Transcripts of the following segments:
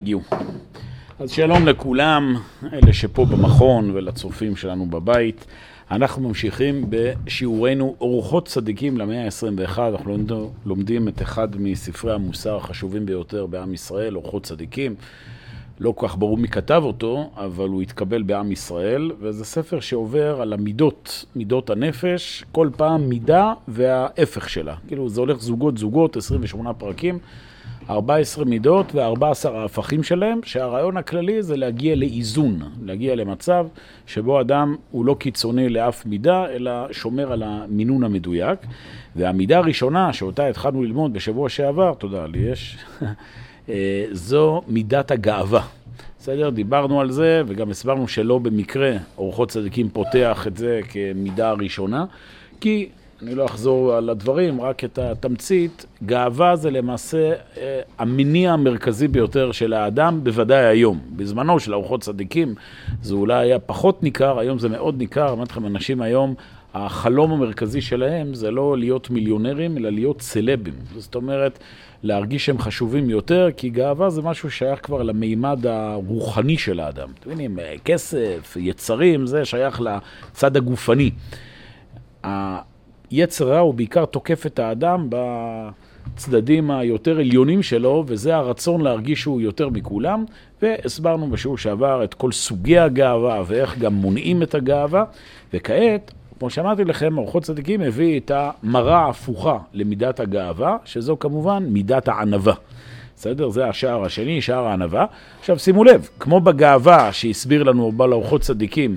הגיעו. אז שלום לכולם, אלה שפה במכון ולצופים שלנו בבית. אנחנו ממשיכים בשיעורנו אורחות צדיקים למאה ה-21. אנחנו לומדים את אחד מספרי המוסר החשובים ביותר בעם ישראל, אורחות צדיקים. לא כל כך ברור מי כתב אותו, אבל הוא התקבל בעם ישראל, וזה ספר שעובר על המידות, מידות הנפש, כל פעם מידה וההפך שלה. כאילו זה הולך זוגות, 28 פרקים, 14 מידות ו14 ההפכים שלהם, שהרעיון הכללי זה להגיע לאיזון, להגיע למצב שבו אדם הוא לא קיצוני לאף מידה, אלא שומר על המינון המדויק. והמידה הראשונה שאותה התחלנו ללמוד בשבוע שעבר, תודה לי יש, זו מידת הגאווה. בסדר? דיברנו על זה וגם הסברנו שלא במקרה אורחות צדיקים פותח את זה כמידה הראשונה, כי אני לא אחזור על הדברים, רק את התמצית. גאווה זה למעשה המניע המרכזי ביותר של האדם, בוודאי היום. בזמנו של אורחות צדיקים זה אולי היה פחות ניכר, היום זה מאוד ניכר. אמרתי לכם, אנשים היום, החלום המרכזי שלהם זה לא להיות מיליונרים, אלא להיות סלבים. זאת אומרת, להרגיש שהם חשובים יותר, כי גאווה זה משהו שייך כבר למימד הרוחני של האדם. אתם מבינים, כסף, יצרים, זה שייך לצד הגופני. יצר רע הוא בעיקר תוקף את האדם בצדדים היותר עליונים שלו, וזה הרצון להרגיש שהוא יותר מכולם, והסברנו בשיעור שעבר את כל סוגי הגאווה ואיך גם מונעים את הגאווה, וכעת, כמו שאמרתי לכם, אורחות צדיקים הביא את המראה ההפוכה למידת הגאווה, שזו כמובן מידת הענווה. בסדר? זה השער השני, שער הענווה. עכשיו שימו לב, כמו בגאווה שהסביר לנו בעל אורחות צדיקים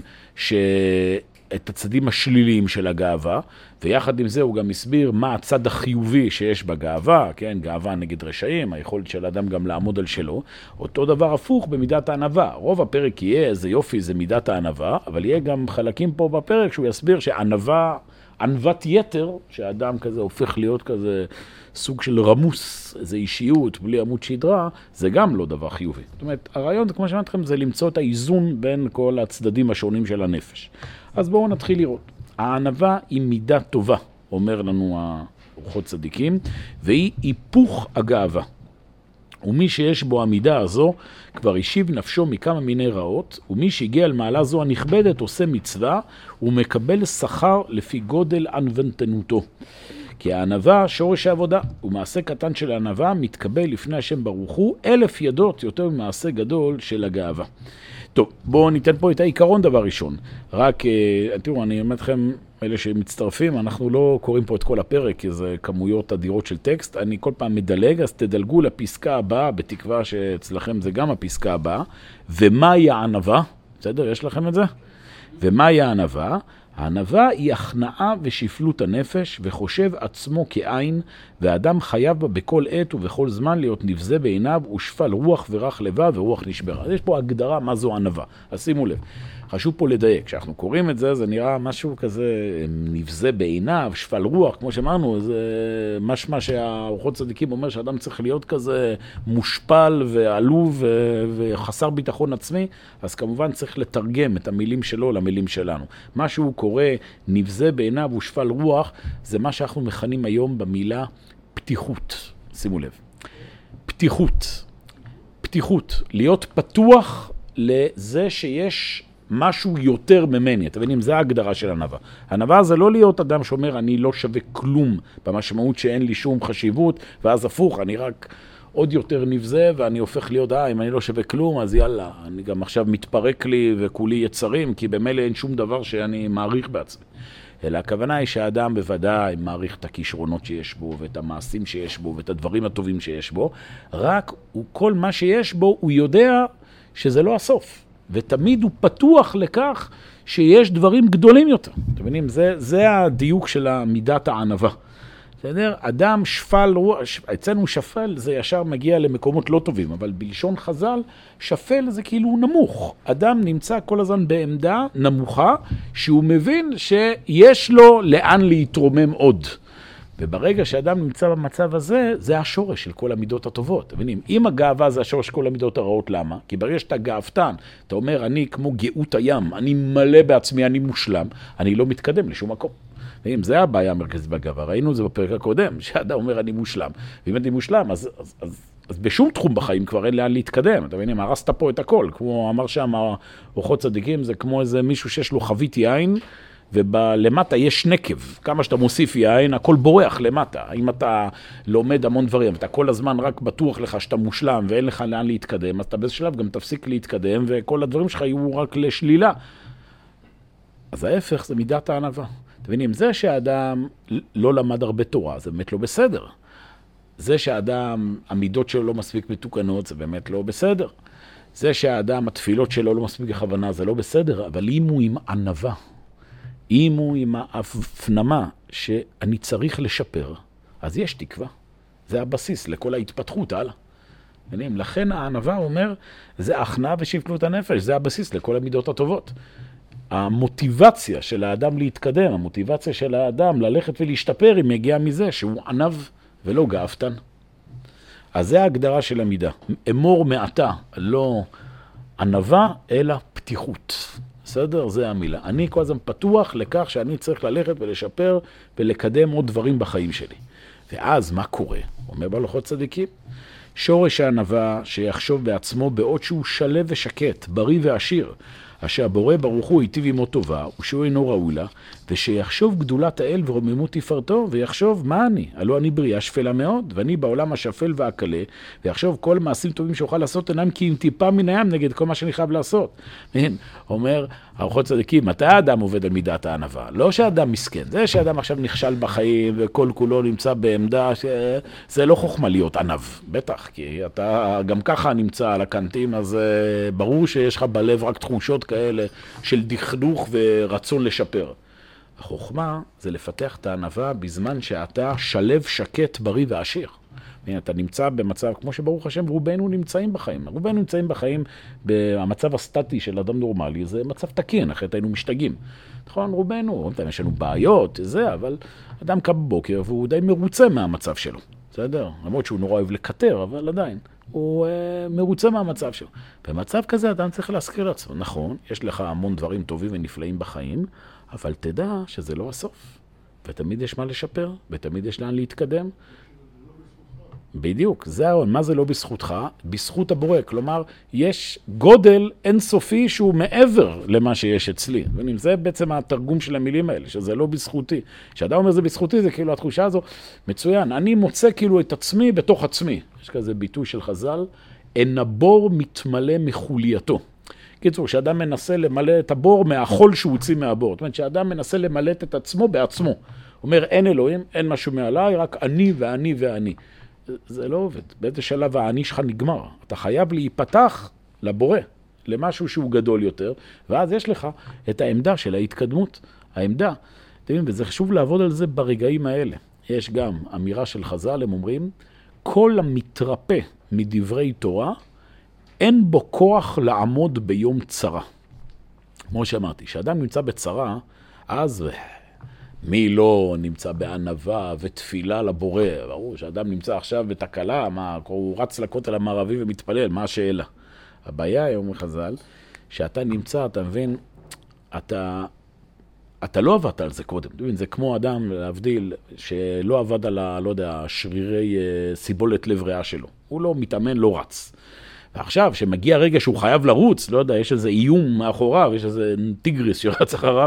את הצדים השליליים של הגאווה, ויחד עם זה הוא גם הסביר מה הצד החיובי שיש בגאווה, כן? גאווה נגד רשעים, היכולת של האדם גם לעמוד על שלו. אותו דבר הפוך במידת הענווה. רוב הפרק יהיה איזה יופי, זה מידת הענווה, אבל יהיה גם חלקים פה בפרק שהוא יסביר שענווה, ענוות יתר, שהאדם כזה הופך להיות כזה סוג של רמוס, איזו אישיות בלי עמוד שדרה, זה גם לא דבר חיובי. זאת אומרת, הרעיון, כמו שאמרתי לכם, זה למצוא את האיזון בין כל הצדדים השונים של הנפש. אז בואו נתחיל לראות. הענווה היא מידה טובה, אומר לנו האורחות צדיקים, והיא היפוך הגאווה. ומי שיש בו המידה הזו, כבר השיב נפשו מכמה מיני רעות, ומי שהגיע למעלה זו הנכבדת עושה מצווה, ומקבל שכר לפי גודל ענוותנותו. כי הענווה שורש העבודה, ומעשה קטן של הענווה מתקבל לפני השם ברוך הוא 1000 ידות יותר ממעשה גדול של הגאווה. טוב, בואו ניתן פה את העיקרון דבר ראשון. רק, תראו, אני אומר לכם, אלה שמצטרפים, אנחנו לא קוראים פה את כל הפרק, כי זה כמויות אדירות של טקסט. אני כל פעם מדלג, אז תדלגו לפסקה הבאה, בתקווה שאצלכם זה גם הפסקה הבאה. ומהי הענווה? בסדר, יש לכם את זה? ומהי הענווה? הענווה היא הכנעה ושפלות הנפש, וחושב עצמו כעין, והאדם חייב בה בכל עת ובכל זמן להיות נבזה בעיניו, ושפל רוח ורך לבב ורוח נשברה. אז יש פה הגדרה מה זו ענווה. אז שימו לב, חשוב פה לדייק. כשאנחנו קוראים את זה, זה נראה משהו כזה נבזה בעיניו, שפל רוח, כמו שאמרנו, זה משמע שהאורחות צדיקים אומר שאדם צריך להיות כזה מושפל ועלוב וחסר ביטחון עצמי, אז כמובן צריך לתרגם את המילים שלו למילים שלנו. מה שהוא קורא נבזה בעיניו ושפל רוח, זה מה שאנחנו מכנים היום במילה פתיחות. שימו לב. פתיחות. להיות פתוח לזה שיש משהו יותר ממני. אתם מבינים, זה ההגדרה של ענווה. ענווה זה לא להיות אדם שאומר אני לא שווה כלום, במשמעות שאין לי שום חשיבות, ואז הפוך, אני רק עוד יותר נבזה, ואני הופך להיות, אם אני לא שווה כלום, אז יאללה, אני גם עכשיו מתפרק לי וכולי יצרים, כי במילא אין שום דבר שאני מעריך בעצמי. אלא הכוונה היא שהאדם בוודאי מעריך את הכישרונות שיש בו, ואת המעשים שיש בו, ואת הדברים הטובים שיש בו, רק כל מה שיש בו, הוא יודע שזה לא הסוף. ותמיד הוא פתוח לכך שיש דברים גדולים יותר. אתם מבינים? זה הדיוק של מידת הענווה. בסדר? אדם שפל, אצלנו שפל זה ישר מגיע למקומות לא טובים, אבל בלשון חז"ל, שפל זה כאילו נמוך. אדם נמצא כל הזמן בעמדה נמוכה, שהוא מבין שיש לו לאן להתרומם עוד. וברגע שאדם נמצא במצב הזה, זה השורש של כל המידות הטובות. אתם מבינים? אם הגאווה זה השורש של כל המידות הרעות, למה? כי ברגע שאתה גאוותן, אתה אומר, אני כמו גאות הים, אני מלא בעצמי, אני מושלם, אני לא מתקדם לשום מקום. ואם זה הבעיה המרכזית בגאווה, ראינו את זה בפרק הקודם, שאדם אומר אני מושלם. ואם אני מושלם, אז אז בשום תחום בחיים כבר אין לאן להתקדם. אתה מבין, הרסת פה את הכל. כמו אמר שם, אורחות צדיקים, זה כמו איזה מישהו שיש לו חבית יין, ולמטה יש נקב. כמה שאתה מוסיף יין, הכל בורח למטה. אם אתה לומד המון דברים, אתה כל הזמן רק בטוח לך שאתה מושלם ואין לך לאן להתקדם, אז אתה באיזה שלב גם תפסיק להתקדם, וכל הדברים שלך יהיו רק לשלילה. אז ההפך זה מידת הענווה. אתה מבין, אם זה שהאדם לא למד הרבה תורה, זה באמת לא בסדר. זה שהאדם, המידות שלו לא מספיק מתוקנות, זה באמת לא בסדר. זה שהאדם, התפילות שלו לא מספיק בכוונה, זה לא בסדר. אבל אם הוא עם ענווה, אם הוא עם ההפנמה שאני צריך לשפר, אז יש תקווה. זה הבסיס לכל ההתפתחות, הלאה. לכן הענווה אומר, זה הכנעה ושפלות הנפש, זה הבסיס לכל המידות הטובות. המוטיבציה של האדם להתקדם, המוטיבציה של האדם ללכת ולהשתפר, היא מגיעה מזה שהוא ענב ולא גאוותן. אז זה ההגדרה של המידה. אמור מעתה, לא ענווה, אלא פתיחות. בסדר? זה המילה. אני כל הזמן פתוח לכך שאני צריך ללכת ולשפר ולקדם עוד דברים בחיים שלי. ואז מה קורה? אומר בהלכות צדיקים, שורש הענווה שיחשוב בעצמו בעוד שהוא שלב ושקט, בריא ועשיר, אשר הבורא ברוך הוא היטיב עמו טובה, ושהוא אינו ראוי לה, ושיחשוב גדולת האל ורוממות תפארתו, ויחשוב מה אני? הלא אני בריאה שפלה מאוד, ואני בעולם השפל והקלה, ויחשוב כל מעשים טובים שאוכל לעשות אינם כי אם טיפה מן הים נגד כל מה שאני חייב לעשות. אומר אורחות צדיקים, מתי האדם עובד על מידת הענווה? לא שהאדם מסכן, זה שהאדם עכשיו נכשל בחיים, וכל כולו נמצא בעמדה, זה לא חוכמה להיות ענב, בטח, כי אתה גם ככה נמצא על הקנטים, אז ברור שיש לך בלב רק תחושות כאלה של דכדוך ורצון לשפר. החוכמה זה לפתח את הענווה בזמן שאתה שלב, שקט, בריא ועשיר. אתה נמצא במצב, כמו שברוך השם, רובנו נמצאים בחיים. רובנו נמצאים בחיים במצב הסטטי של אדם נורמלי, זה מצב תקין, אחרת היינו משתגעים. נכון, רובנו, יש לנו בעיות, זה, אבל אדם קם בבוקר והוא די מרוצה מהמצב שלו. בסדר? למרות שהוא נורא אוהב לקטר, אבל עדיין. הוא מרוצה מהמצב שלו. במצב כזה אדם צריך להזכיר לעצמו. נכון, יש לך המון דברים טובים ונפלאים בחיים, אבל תדע שזה לא הסוף. ותמיד יש מה לשפר, ותמיד יש לאן להתקדם. בדיוק, זהו, מה זה לא בזכותך? בזכות הבורא. כלומר, יש גודל אינסופי שהוא מעבר למה שיש אצלי. זה בעצם התרגום של המילים האלה, שזה לא בזכותי. כשאדם אומר זה בזכותי, זה כאילו התחושה הזו, מצוין. אני מוצא כאילו את עצמי בתוך עצמי. יש כזה ביטוי של חז"ל, אין הבור מתמלא מחולייתו. קיצור, כשאדם מנסה למלא את הבור מהחול שהוא הוציא מהבור. זאת אומרת, כשאדם מנסה למלט את עצמו בעצמו. הוא אומר, אין אלוהים, אין משהו מעליי, רק אני ואני ואני. זה לא עובד. באיזה שלב העני שלך נגמר. אתה חייב להיפתח לבורא, למשהו שהוא גדול יותר, ואז יש לך את העמדה של ההתקדמות. העמדה, אתם יודעים, וזה חשוב לעבוד על זה ברגעים האלה. יש גם אמירה של חז"ל, הם אומרים, כל המתרפא מדברי תורה, אין בו כוח לעמוד ביום צרה. כמו שאמרתי, כשאדם נמצא בצרה, אז מי לא נמצא בענווה ותפילה לבורא? ברור שאדם נמצא עכשיו בתקלה, הוא רץ לכותל המערבי ומתפלל, מה השאלה? הבעיה היום מחז"ל, שאתה נמצא, אתה מבין, אתה לא עבדת על זה קודם. זה כמו אדם, להבדיל, שלא עבד על, לא יודע, שרירי סיבולת לב ריאה שלו. הוא לא מתאמן, לא רץ. ועכשיו, שמגיע רגע שהוא חייב לרוץ, לא יודע, יש איזה איום מאחוריו, יש איזה טיגריס שרץ אחריו,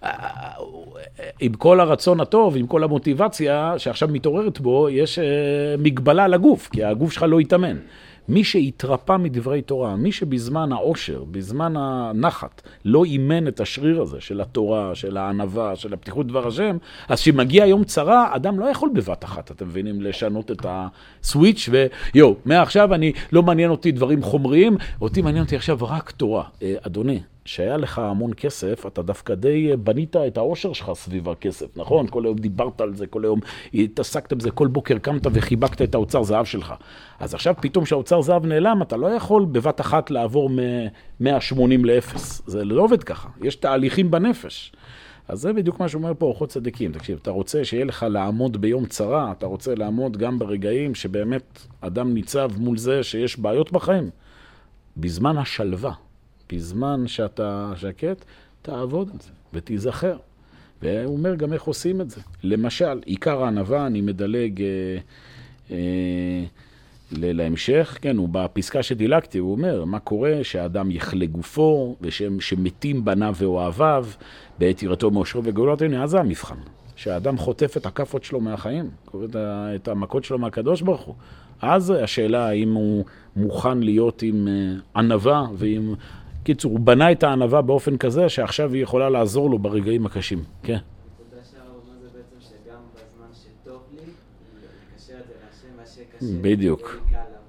עם כל הרצון הטוב, עם כל המוטיבציה שעכשיו מתעוררת בו, יש מגבלה לגוף, כי הגוף שלך לא יתאמן. מי שהתרפא מדברי תורה, מי שבזמן העושר, בזמן הנחת, לא אימן את השריר הזה של התורה, של הענווה, של הפתיחות דבר השם, אז שמגיע יום צרה, אדם לא יכול בבת אחת, אתם מבינים, לשנות את הסוויץ' מעכשיו אני לא מעניין אותי דברים חומריים, אותי מעניין אותי עכשיו רק תורה. אדוני, שהיה לך המון כסף, אתה דווקא די בנית את העושר שלך סביב הכסף, נכון? כל היום דיברת על זה, כל היום התעסקת בזה, כל בוקר קמת וחיבקת את האוצר זהב שלך. אז עכשיו פתאום שהאוצר זהב נעלם, אתה לא יכול בבת אחת לעבור מ-180 ל-0. זה לא עובד ככה, יש תהליכים בנפש. אז זה בדיוק מה שאומר פה אורחות צדיקים. תקשיב, אתה רוצה שיהיה לך לעמוד ביום צרה, אתה רוצה לעמוד גם ברגעים שבאמת אדם ניצב מול זה שיש בעיות בחיים. בזמן השלווה. בזמן שאתה שקט, תעבוד על זה ותיזכר. והוא אומר גם איך עושים את זה. למשל, עיקר הענווה, אני מדלג להמשך, כן, הוא בפסקה שדילגתי, הוא אומר, מה קורה שהאדם יחלה גופו, ושמתים בניו ואוהביו, בעת יראתו מאושרו וגאולתו, הנה, אז זה המבחן. שהאדם חוטף את הכפות שלו מהחיים, את המכות שלו מהקדוש ברוך הוא. אז השאלה האם הוא מוכן להיות עם ענווה, ועם... קיצור, הוא בנה את הענווה באופן כזה, שעכשיו היא יכולה לעזור לו ברגעים הקשים. כן. הנקודה שהרב אומר זה בעצם שגם בזמן שטוב לי, לקשר את זה להשם, מה שקשה, בדיוק.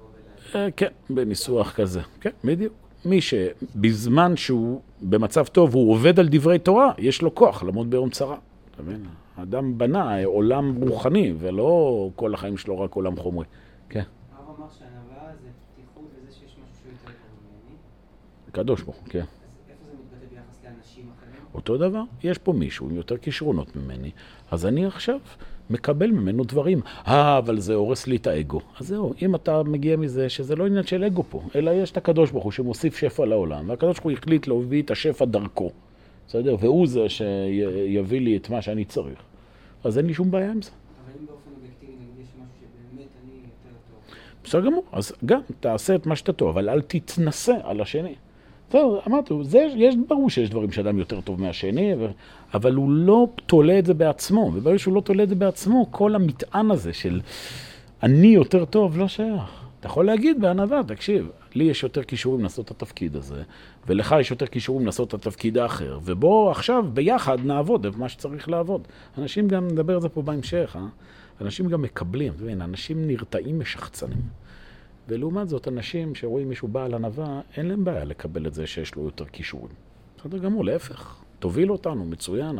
כן, בניסוח כזה. כן, בדיוק. מי שבזמן שהוא במצב טוב, הוא עובד על דברי תורה, יש לו כוח לעמוד ביום צרה. אתה מבין? האדם בנה עולם רוחני, ולא כל החיים שלו רק עולם חומרי. כן. הרב אמר שהענווה זה פתיחות וזה שיש משהו שהוא יותר קרוב ממני. קדוש בו, כן. אז איפה זה מתבטא ביחס לאנשים אחרים? אותו דבר, יש פה מישהו עם יותר כישרונות ממני, אז אני עכשיו מקבל ממנו דברים. אבל זה הורס לי את האגו. אז זהו, אם אתה מגיע מזה שזה לא עניין של אגו פה, אלא יש את הקדוש ברוך הוא שמוסיף שפע לעולם, והקדוש ברוך הוא החליט להביא את השפע דרכו. בסדר? והוא זה שיביא לי את מה שאני צריך. אז אין לי שום בעיה עם זה. אבל אם באופן אובייקטיבי נגיד יש משהו שבאמת אני יותר טוב. בסדר גמור, אז גם תעשה את מה שאתה טוב, אבל אל תתנסה על השני. טוב, אמרתי, יש ברור שיש דברים שאדם יותר טוב מהשני, אבל הוא לא תולה את זה בעצמו, וברגע שהוא לא תולה את זה בעצמו, כל המטען הזה של אני יותר טוב לא שייך. אתה יכול להגיד בענווה, תקשיב, לי יש יותר כישורים לעשות את התפקיד הזה, ולך יש יותר כישורים לעשות את התפקיד האחר, ובוא עכשיו ביחד נעבוד את מה שצריך לעבוד. אנשים גם, נדבר על זה פה בהמשך, אנשים גם מקבלים, אנשים נרתעים משחצנים. ולעומת זאת, אנשים שרואים מישהו בעל ענווה, אין להם בעיה לקבל את זה שיש לו יותר כישורים. בסדר גמור, להפך. תוביל אותנו, מצוין,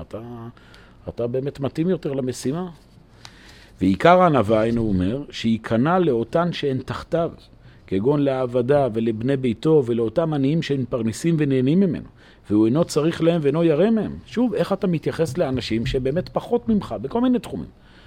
אתה באמת מתאים יותר למשימה. ועיקר הענווה, הנה הוא אומר, שייכנע לאותן שהן תחתיו, כגון לעבדה ולבני ביתו ולאותם עניים שהן פרנסים ונהנים ממנו, והוא אינו צריך להם ואינו ירא מהם. שוב, איך אתה מתייחס לאנשים שבאמת פחות ממך, בכל מיני תחומים.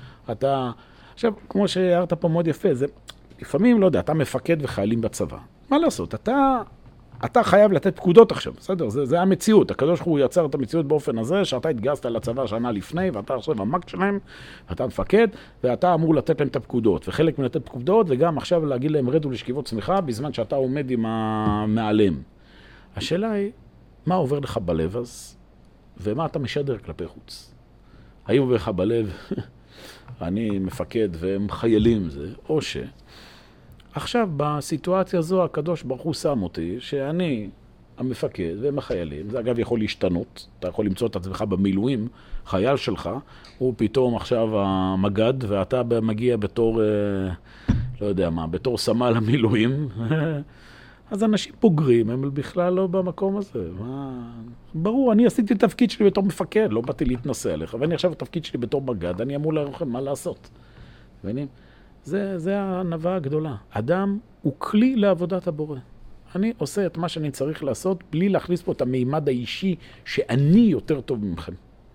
עכשיו, כמו שהערת פה מאוד יפה, זה... לפעמים, לא יודע, אתה מפקד וחיילים בצבא. מה לעשות? אתה חייב לתת פקודות עכשיו, בסדר? זה המציאות. הקדוש ברוך הוא יצר את המציאות באופן הזה, שאתה התגייסת לצבא שנה לפני, ואתה עכשיו המקט שלהם, ואתה מפקד, ואתה אמור לתת להם את הפקודות. וחלק מלתת פקודות, וגם עכשיו להגיד להם רדו לשכיבות צמיחה, בזמן שאתה עומד עם המעלם. השאלה היא, מה עובר לך בלב אז, ומה אתה משדר כלפי חוץ? האם עובר לך בלב, אני מפקד והם חיילים זה, או ש... עכשיו, בסיטואציה הזו, הקדוש ברוך הוא שם אותי, שאני המפקד והם החיילים. זה אגב יכול להשתנות. אתה יכול למצוא את עצמך במילואים, חייל שלך, הוא פתאום עכשיו המגד, ואתה מגיע בתור, לא יודע מה, בתור סמל המילואים. אז אנשים בוגרים, הם בכלל לא במקום הזה. ברור, אני עשיתי את התפקיד שלי בתור מפקד, לא באתי להתנסה עליך, ואני עכשיו התפקיד שלי בתור מגד, אני אמור להראות לכם מה לעשות. מבינים? זה הענווה הגדולה. אדם הוא כלי לעבודת הבורא. אני עושה את מה שאני צריך לעשות, בלי להכניס פה את המימד האישי שאני יותר טוב ממכם.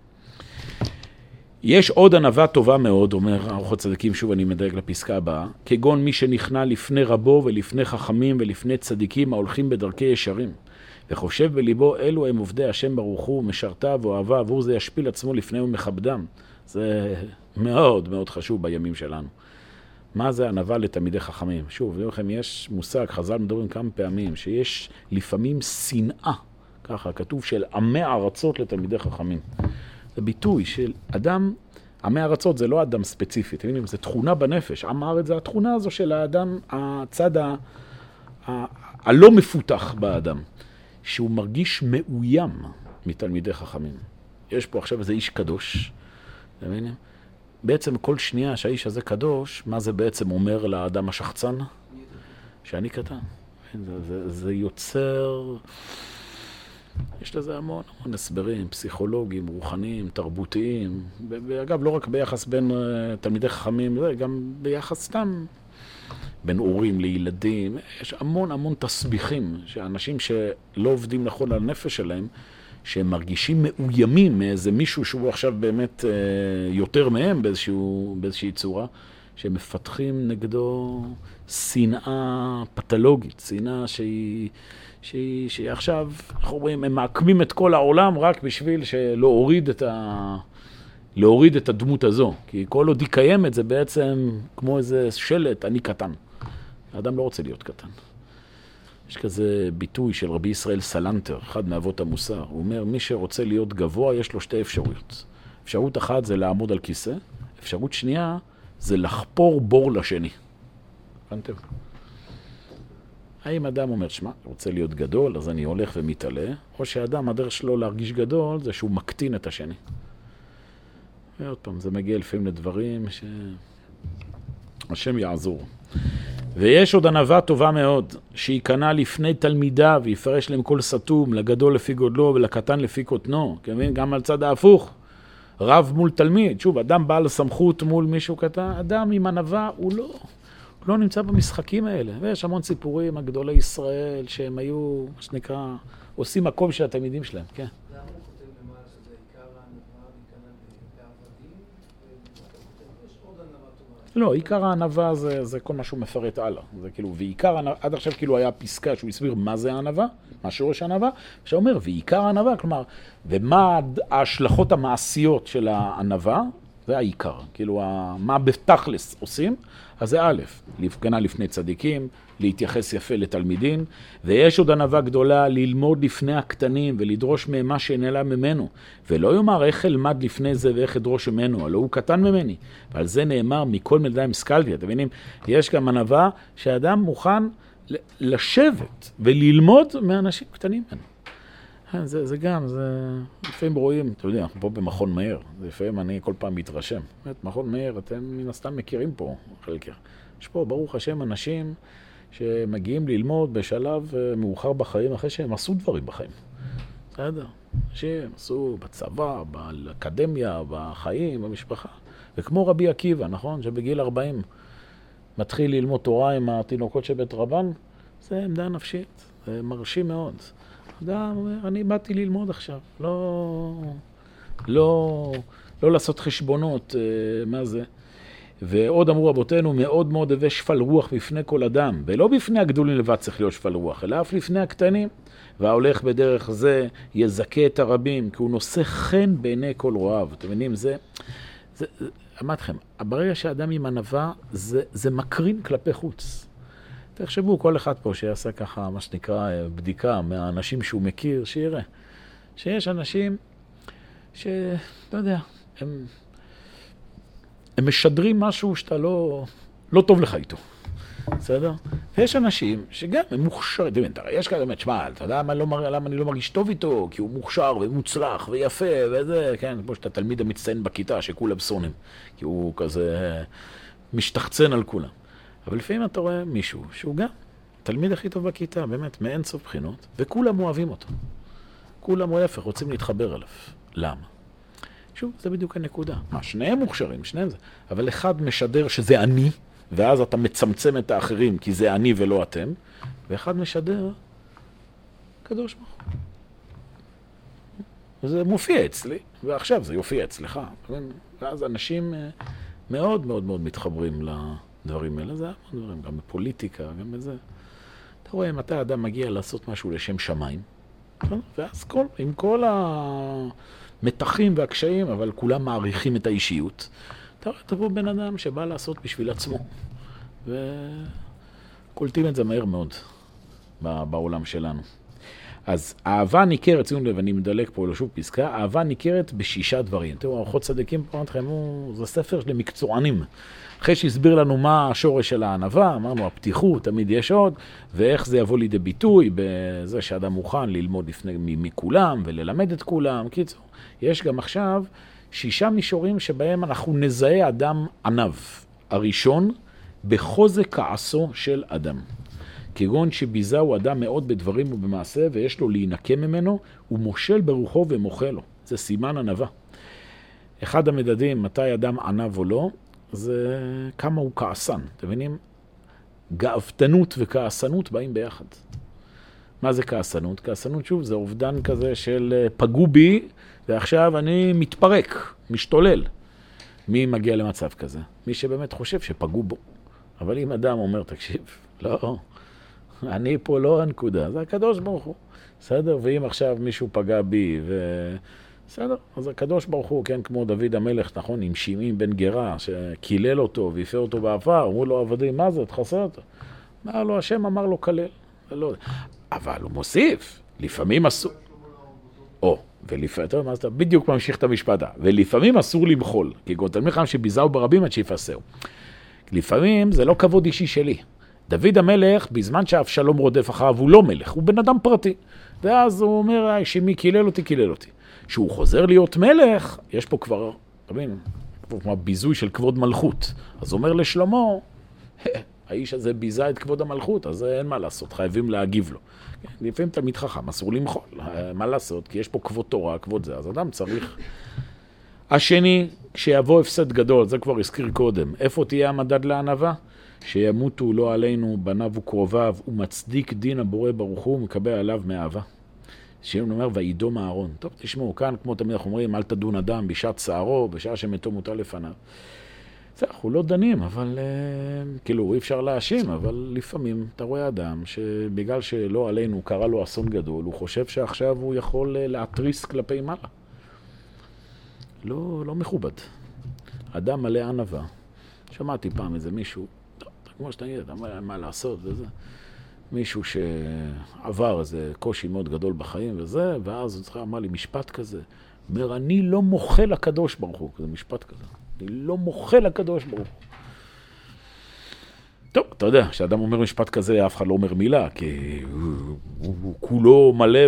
יש עוד ענווה טובה מאוד, אומר ארוחות צדיקים, שוב אני מדייק לפסקה הבאה, כגון מי שנכנע לפני רבו ולפני חכמים ולפני צדיקים ההולכים בדרכי ישרים, וחושב בליבו אלו הם עובדי השם ברוך הוא, משרתיו ואוהביו, עבור זה ישפיל עצמו לפניהם ומכבדם. זה מאוד מאוד חשוב בימים שלנו. מה זה ענווה לתלמידי חכמים? שוב, יש מושג, חז"ל מדברים כמה פעמים, שיש לפעמים שנאה, ככה כתוב, של עמי ארצות לתלמידי חכמים. זה ביטוי של אדם, עמי ארצות זה לא אדם ספציפי, אתם יודעים, זה תכונה בנפש. עם הארץ זה התכונה הזו של האדם, הצד הלא מפותח באדם, שהוא מרגיש מאוים מתלמידי חכמים. יש פה עכשיו איזה איש קדוש, אתם יודעים? בעצם כל שנייה שהאיש הזה קדוש, מה זה בעצם אומר לאדם השחצן? שאני קטן. זה יוצר... יש לזה המון הסברים, פסיכולוגיים, רוחניים, תרבותיים. ואגב, לא רק ביחס בין תלמידי חכמים, גם ביחס סתם בין הורים לילדים. יש המון תסביכים שאנשים שלא עובדים נכון על הנפש שלהם, שהם מרגישים מאוימים מאיזה מישהו שהוא עכשיו באמת יותר מהם באיזושהי צורה, שהם מפתחים נגדו שנאה פתולוגית, שנאה שהיא עכשיו, איך אומרים, הם מעקמים את כל העולם רק בשביל להוריד את הדמות הזו. כי כל עוד היא קיימת זה בעצם כמו איזה שלט, אני קטן. האדם לא רוצה להיות קטן. יש כזה ביטוי של רבי ישראל סלנטר, אחד מאבות המוסר. הוא אומר, מי שרוצה להיות גבוה, יש לו שתי אפשרויות. אפשרות אחת זה לעמוד על כיסא, אפשרות שנייה זה לחפור בור לשני. הבנתם? האם אדם אומר, שמע, רוצה להיות גדול, אז אני הולך ומתעלה, או שהאדם, הדרך שלו להרגיש גדול, זה שהוא מקטין את השני. ועוד פעם, זה מגיע לפעמים לדברים שהשם יעזור. ויש עוד ענווה טובה מאוד, שייכנע לפני תלמידיו, ויפרש להם כל סתום, לגדול לפי גודלו ולקטן לפי קוטנו. כמובן, גם על צד ההפוך. רב מול תלמיד. שוב, אדם בעל סמכות מול מישהו קטן, אדם עם ענווה הוא לא נמצא במשחקים האלה. ויש המון סיפורים, הגדולי ישראל, שהם היו, מה שנקרא, עושים מקום של התלמידים שלהם. כן. למה הוא כותב למעלה שזה עיקר הענווה, להיכנע בעבדים, ויש עוד ענווה טובה? לא, עיקר הענווה זה כל מה שהוא מפרט הלאה. זה כאילו, ועיקר הענווה, עד עכשיו כאילו היה פסקה שהוא הסביר מה זה הענווה, מה שורש הענווה, שאומר, ועיקר הענווה, כלומר, ומה ההשלכות המעשיות של הענווה, זה העיקר. כאילו, מה בתכלס עושים, אז זה א', להפגנה לפני צדיקים, להתייחס יפה לתלמידים, ויש עוד ענווה גדולה ללמוד לפני הקטנים ולדרוש מהם מה שנעלה ממנו, ולא יאמר איך אלמד לפני זה ואיך אדרוש ממנו, הלא הוא קטן ממני, ועל זה נאמר מכל מלדיים השכלתי. אתם מבינים, יש גם ענווה שהאדם מוכן לשבת וללמוד מאנשים קטנים ממנו. זה גם, זה לפעמים רואים, אתה יודע, אנחנו פה במכון מאיר, לפעמים אני כל פעם מתרשם. באמת, מכון מאיר, אתם מן הסתם מכירים פה חלקר. יש פה, ברוך השם, אנשים שמגיעים ללמוד בשלב מאוחר בחיים, אחרי שהם עשו דברים בחיים. בסדר? אנשים עשו בצבא, באקדמיה, בחיים, במשפחה. וכמו רבי עקיבא, נכון? שבגיל 40 מתחיל ללמוד תורה עם התינוקות של בית רבן, זה עמדה נפשית, זה מרשים מאוד. אדם אומר, אני באתי ללמוד עכשיו, לא לעשות חשבונות, מה זה? ועוד אמרו רבותינו, מאוד מאוד הווה שפל רוח בפני כל אדם, ולא בפני הגדולים לבד צריך להיות שפל רוח, אלא אף לפני הקטנים. וההולך בדרך זה יזכה את הרבים, כי הוא נושא חן בעיני כל רואיו. אתם מבינים, אמרתי לכם, ברגע שהאדם עם ענווה, זה מקרין כלפי חוץ. תחשבו, כל אחד פה שיעשה ככה, מה שנקרא, בדיקה מהאנשים שהוא מכיר, שיראה. שיש אנשים שלא יודע, הם משדרים משהו שאתה לא טוב לך איתו. בסדר? ויש אנשים שגם הם מוכשרים. יש כאלה, שמע, אתה יודע למה אני לא מרגיש טוב איתו? כי הוא מוכשר ומוצלח ויפה וזה, כן, כמו שאתה תלמיד המצטיין בכיתה שכולם שונאים, כי הוא כזה משתחצן על כולם. אבל לפעמים אתה רואה מישהו שהוא גם תלמיד הכי טוב בכיתה, באמת, מאין סוף בחינות, וכולם אוהבים אותו. כולם אוהבים, רוצים להתחבר אליו. למה? שוב, זה בדיוק הנקודה. מה, שניהם מוכשרים, שניהם זה. אבל אחד משדר שזה אני, ואז אתה מצמצם את האחרים, כי זה אני ולא אתם, ואחד משדר, קדוש ברוך הוא. זה מופיע אצלי, ועכשיו זה יופיע אצלך. ואז אנשים מאוד מאוד מאוד מתחברים לדברים האלה. זה המון דברים, גם בפוליטיקה, גם בזה. אתה רואה, אם אתה אדם מגיע לעשות משהו לשם שמיים, ואז עם כל המתחים והקשיים, אבל כולם מעריכים את האישיות, אתה רואה, תבוא בן אדם שבא לעשות בשביל עצמו. וקולטים את זה מהר מאוד בעולם שלנו. אז אהבה ניכרת, ציון לב, אני מדלק פה לשוב פסקה, אהבה ניכרת בשישה דברים. תראו, ארוחות צדיקים פה, זה ספר של מקצוענים. אחרי שהסביר לנו מה השורש של הענווה, אמרנו, הפתיחות, תמיד יש עוד, ואיך זה יבוא לידי ביטוי, בזה שאדם מוכן ללמוד מכולם וללמד את כולם. קיצור, יש גם עכשיו 6 מישורים שבהם אנחנו נזהה אדם ענב. הראשון, בחוזק כעסו של אדם. כגון שביזה הוא אדם מאוד בדברים ובמעשה, ויש לו להינקה ממנו, הוא מושל ברוחו ומוחה לו. זה סימן ענווה. אחד המדדים, מתי אדם ענב או לא, זה כמה הוא כעסן. אתם מבינים? גאוותנות וכעסנות באים ביחד. מה זה כעסנות? כעסנות, שוב, זה אובדן כזה של פגעו בי, ועכשיו אני מתפרק, משתולל. מי מגיע למצב כזה? מי שבאמת חושב שפגעו בו. אבל אם אדם אומר, תקשיב, לא, אני פה לא הנקודה, זה הקדוש ברוך הוא. בסדר? ואם עכשיו מישהו פגע בי, בסדר? אז הקדוש ברוך הוא, כן, כמו דוד המלך, נכון, עם שימים בן גרה, שקילל אותו ויפה אותו בעבר, אמרו לו, עבדים, מה זה? תחסר אותו. אמר לו, השם אמר לו כלל. לא... אבל הוא מוסיף, לפעמים אסור... אתה בדיוק ממשיך את המשפט, ולפעמים אסור למחול, כי תלמיד חכם שביזהו ברבים עד שיפסהו. לפעמים זה לא כבוד אישי שלי. דוד המלך, בזמן שאבשלום רודף אחריו, הוא לא מלך, הוא בן אדם פרטי. ואז הוא אומר, שמי קילל אותי, קילל אותי. כשהוא חוזר להיות מלך, יש פה כבר, תבין, כמו ביזוי של כבוד מלכות. אז הוא אומר לשלמה, האיש הזה ביזה את כבוד המלכות, אז אין מה לעשות, חייבים להגיב לו. לפעמים תלמיד חכם, אסור למחול, מה לעשות? כי יש פה כבוד תורה, כבוד זה, אז אדם צריך... השני, כשיבוא הפסד גדול, זה כבר הזכיר קודם, איפה תהיה המדד לענווה? שימותו לא עלינו בניו וקרוביו, ומצדיק דין הבורא ברוך הוא, מקבל עליו מאהבה. שאם אומר, וידום אהרון. טוב, תשמעו, כאן, כמו תמיד אנחנו אומרים, אל תדון אדם בשעת צערו, בשעה שמתו מוטל לפניו. זה, אנחנו לא דנים, אבל כאילו, אי אפשר להאשים, אבל לפעמים אתה רואה אדם שבגלל שלא עלינו קרה לו אסון גדול, הוא חושב שעכשיו הוא יכול להתריס כלפי מעלה. לא מכובד. אדם מלא ענווה. שמעתי פעם איזה מישהו, כמו שאתה יודע, מה לעשות וזה. מישהו שעבר איזה קושי מאוד גדול בחיים וזה, ואז הוא צריך אמר לי משפט כזה. אומר, אני לא מוחה לקדוש ברוך הוא. כזה משפט כזה. אני לא מוחה לקדוש ברוך הוא. טוב, אתה יודע, כשאדם אומר משפט כזה, אף אחד לא אומר מילה, כי הוא כולו מלא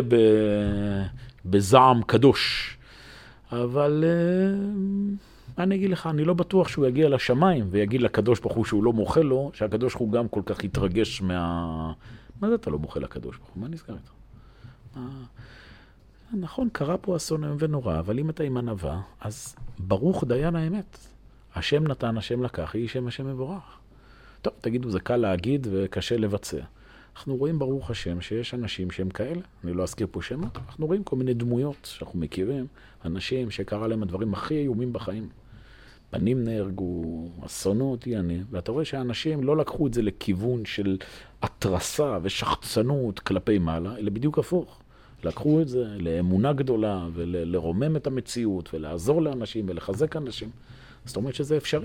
בזעם קדוש. אבל אני אגיד לך, אני לא בטוח שהוא יגיע לשמיים ויגיד לקדוש ברוך הוא שהוא לא מוחה לו, שהקדוש ברוך הוא גם כל כך יתרגש מה זה אתה לא מוחה לקדוש ברוך הוא? מה נסגר איתו? נכון, קרה פה אסון היום ונורא, אבל אם אתה עם ענווה, אז ברוך דיין האמת. השם נתן, השם לקח, יהי שם השם מבורך. טוב, תגידו, זה קל להגיד וקשה לבצע. אנחנו רואים ברוך השם שיש אנשים שהם כאלה, אני לא אזכיר פה שמות, אנחנו רואים כל מיני דמויות שאנחנו מכירים, אנשים שקרה להם הדברים הכי איומים בחיים. בנים נהרגו, אסונות, ואתה רואה שאנשים לא לקחו את זה לכיוון של התרסה ושחצנות כלפי מעלה, אלא בדיוק הפוך. לקחו את זה לאמונה גדולה ולרומם את המציאות ולעזור לאנשים ולחזק אנשים. זאת אומרת שזה אפשרי.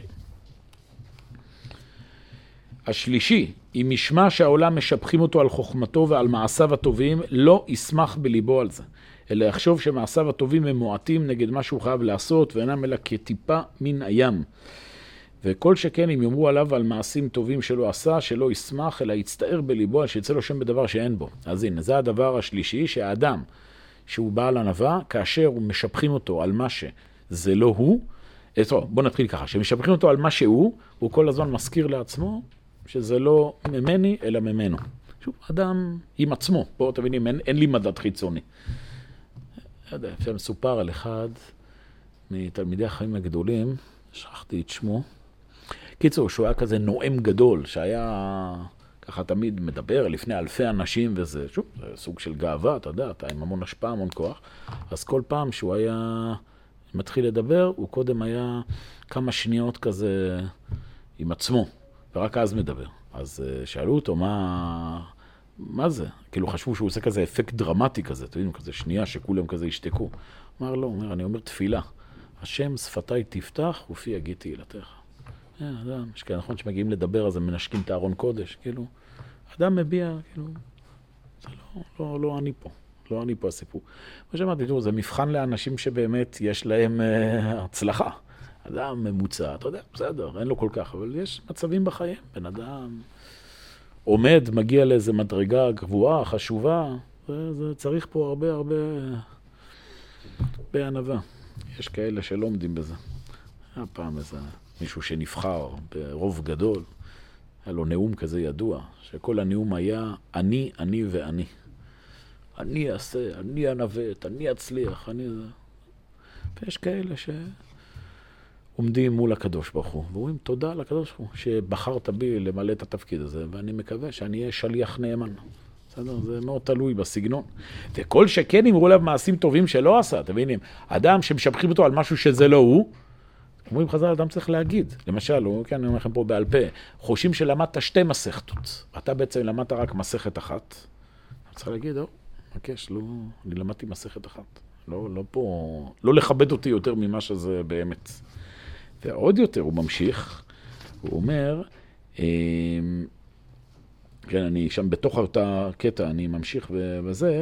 השלישי, אם ישמע שהעולם משבחים אותו על חוכמתו ועל מעשיו הטובים, לא ישמח בליבו על זה, אלא יחשוב שמעשיו הטובים הם מועטים נגד מה שהוא חייב לעשות, ואינם אלא כטיפה מן הים. וכל שכן אם יאמרו עליו על מעשים טובים שלא עשה, שלא ישמח, אלא יצטער בליבו על שיצא לו שם בדבר שאין בו. אז הנה, זה הדבר השלישי, שהאדם שהוא בעל ענווה, כאשר הוא משבחים אותו על מה שזה לא הוא, בוא נתחיל ככה, שמשבחים אותו על מה שהוא, הוא כל הזמן מזכיר לעצמו, שזה לא ממני, אלא ממנו. שוב, אדם עם עצמו. פה תבינים, אין לי מדד חיצוני. אפשר מסופר על אחד מתלמידי החיים הגדולים, שכחתי את שמו. קיצור, שהוא היה כזה נואם גדול, שהיה ככה תמיד מדבר לפני אלפי אנשים וזה. שוב, זה סוג של גאווה, אתה יודע, אתה עם המון השפעה, המון כוח. אז כל פעם שהוא היה מתחיל לדבר, הוא קודם היה כמה שניות כזה עם עצמו. ורק אז מדבר. אז שאלו אותו, מה זה? כאילו חשבו שהוא עושה כזה אפקט דרמטי כזה, אתם יודעים, כזה שנייה שכולם כזה ישתקו. אמר לא, אני אומר תפילה. השם שפתיי תפתח ופי יגיד תהילתך. אדם, נכון שמגיעים לדבר אז הם מנשקים את הארון קודש, כאילו, אדם מביע, כאילו, זה לא אני פה. לא אני פה הסיפור. מה שאמרתי, זה מבחן לאנשים שבאמת יש להם הצלחה. אדם ממוצע, אתה יודע, בסדר, אין לו כל כך, אבל יש מצבים בחיים. בן אדם עומד, מגיע לאיזו מדרגה גבוהה, חשובה, זה צריך פה הרבה בענווה. יש כאלה שלא עומדים בזה. היה פעם איזה מישהו שנבחר ברוב גדול, היה לו נאום כזה ידוע, שכל הנאום היה אני ואני. אני אעשה, אני אנווט, אני אצליח, אני זה. ויש כאלה עומדים מול הקדוש ברוך הוא, ואומרים תודה לקדוש ברוך הוא שבחרת בי למלא את התפקיד הזה, ואני מקווה שאני אהיה שליח נאמן. בסדר? זה מאוד תלוי בסגנון. וכל שכן ימרו לב מעשים טובים שלא עשה, אתם מבינים? אדם שמשבחים אותו על משהו שזה לא הוא, אומרים חז"ל, אדם צריך להגיד. למשל, כן, אני אומר לכם פה בעל פה, חושים שלמדת 2 מסכתות. אתה בעצם למדת רק מסכת אחת. אתה צריך להגיד, מבקש, אני למדתי מסכת אחת. לא לכבד אותי יותר ממה שזה באמת. ועוד יותר הוא ממשיך, הוא אומר, כן, אני שם בתוך אותה קטע, אני ממשיך בזה,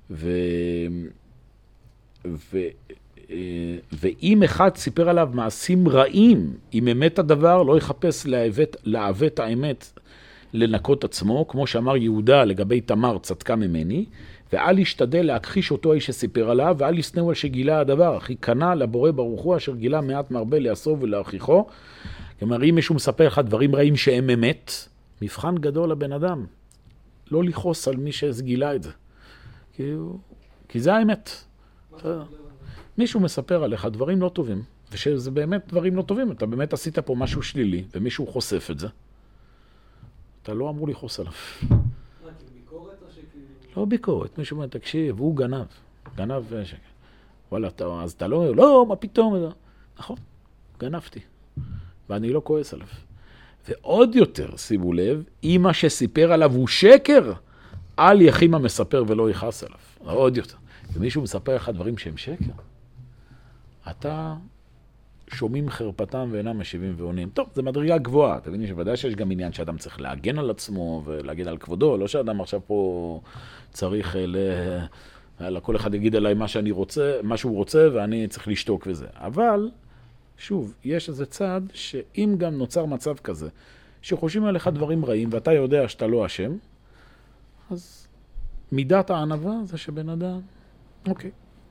ואם אחד סיפר עליו מעשים רעים, אם אמת הדבר, לא יחפש לעוות האמת לנקות עצמו, כמו שאמר יהודה לגבי תמר צדקה ממני, ואל ישתדל להכחיש אותו איש שסיפר עליו, ואל ישנאו על שגילה הדבר, אחי קנה לבורא ברוך הוא, אשר גילה מעט מרבה לעשו ולהכיחו. כלומר, אם מישהו מספר לך דברים רעים שהם אמת, מבחן גדול לבן אדם. לא לכעוס על מי שגילה את זה. כי זה האמת. מישהו מספר עליך דברים לא טובים, ושזה באמת דברים לא טובים, אתה באמת עשית פה משהו שלילי, ומישהו חושף את זה. אתה לא אמור לכעוס עליו. מה, ביקורת או שכאילו... לא ביקורת, מישהו אומר, תקשיב, הוא גנב. גנב ושקר. וואלה, אז אתה לא אומר, לא, מה פתאום? נכון, גנבתי. ואני לא כועס עליו. ועוד יותר, שימו לב, אם מה שסיפר עליו הוא שקר, אל יחים המספר ולא יכעס עליו. עוד יותר. ומישהו מספר לך דברים שהם שקר, אתה שומעים חרפתם ואינם משיבים ועונים. טוב, זה מדרגה גבוהה. אתה מבין שוודאי שיש גם עניין שאדם צריך להגן על עצמו ולהגן על כבודו. לא שאדם עכשיו פה צריך כל אחד יגיד עליי מה שהוא רוצה ואני צריך לשתוק וזה. אבל, שוב, יש איזה צד שאם גם נוצר מצב כזה, שחושבים עליך דברים רעים ואתה יודע שאתה לא אשם, אז מידת הענווה זה שבן אדם, אוקיי.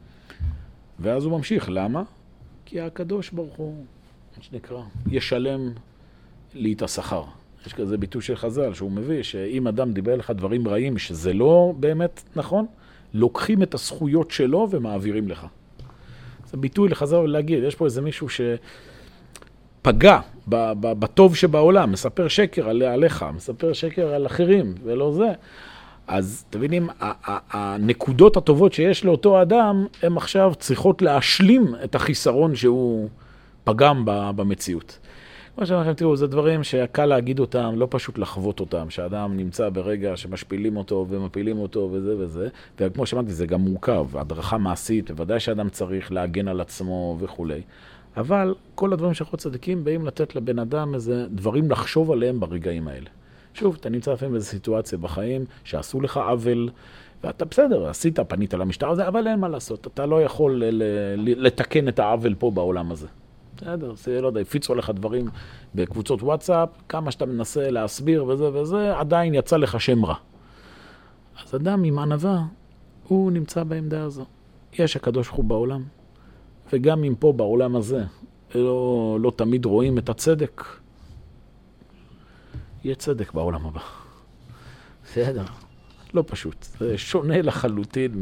ואז הוא ממשיך. למה? כי הקדוש ברוך הוא, מה שנקרא, ישלם לי את השכר. יש כזה ביטוי של חז"ל שהוא מביא, שאם אדם דיבר לך דברים רעים, שזה לא באמת נכון, לוקחים את הזכויות שלו ומעבירים לך. זה ביטוי לחז"ל להגיד, יש פה איזה מישהו שפגע בטוב שבעולם, מספר שקר עליך, מספר שקר על אחרים, ולא זה. אז תבינים, הנקודות הטובות שיש לאותו אדם, הן עכשיו צריכות להשלים את החיסרון שהוא פגם במציאות. כמו שאומרים, תראו, זה דברים שקל להגיד אותם, לא פשוט לחוות אותם, שהאדם נמצא ברגע שמשפילים אותו ומפילים אותו וזה וזה, וכמו שאמרתי, זה גם מורכב, הדרכה מעשית, בוודאי שאדם צריך להגן על עצמו וכו'. אבל כל הדברים שאנחנו צדיקים באים לתת לבן אדם איזה דברים לחשוב עליהם ברגעים האלה. שוב, אתה נמצא לפעמים באיזו סיטואציה בחיים שעשו לך עוול, ואתה בסדר, עשית, פנית למשטר הזה, אבל אין מה לעשות. אתה לא יכול לתקן את העוול פה בעולם הזה. בסדר, זה לא יודע, הפיצו לך דברים בקבוצות וואטסאפ, כמה שאתה מנסה להסביר וזה וזה, עדיין יצא לך שם רע. אז אדם עם ענווה, הוא נמצא בעמדה הזו. יש הקדוש ברוך הוא בעולם, וגם אם פה בעולם הזה לא תמיד רואים את הצדק, יהיה צדק בעולם הבא. בסדר, לא פשוט. זה שונה לחלוטין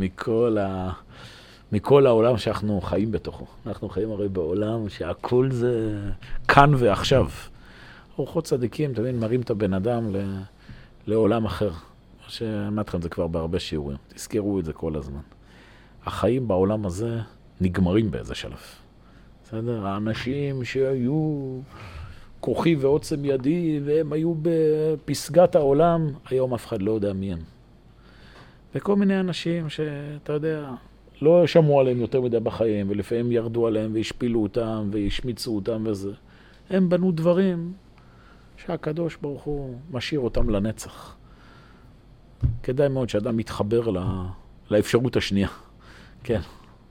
מכל העולם שאנחנו חיים בתוכו. אנחנו חיים הרי בעולם שהכל זה כאן ועכשיו. אורחות צדיקים, תמיד מרים את הבן אדם לעולם אחר. מה שאמרתם זה כבר בהרבה שיעורים. תזכרו את זה כל הזמן. החיים בעולם הזה נגמרים באיזה שלב. בסדר? האנשים שהיו כוחי ועוצם ידי, והם היו בפסגת העולם, היום אף אחד לא יודע מי הם. וכל מיני אנשים שאתה יודע, לא שמעו עליהם יותר מדי בחיים, ולפעמים ירדו עליהם והשפילו אותם והשמיצו אותם וזה. הם בנו דברים שהקדוש ברוך הוא משאיר אותם לנצח. כדאי מאוד שאדם מתחבר לאפשרות השנייה. כן.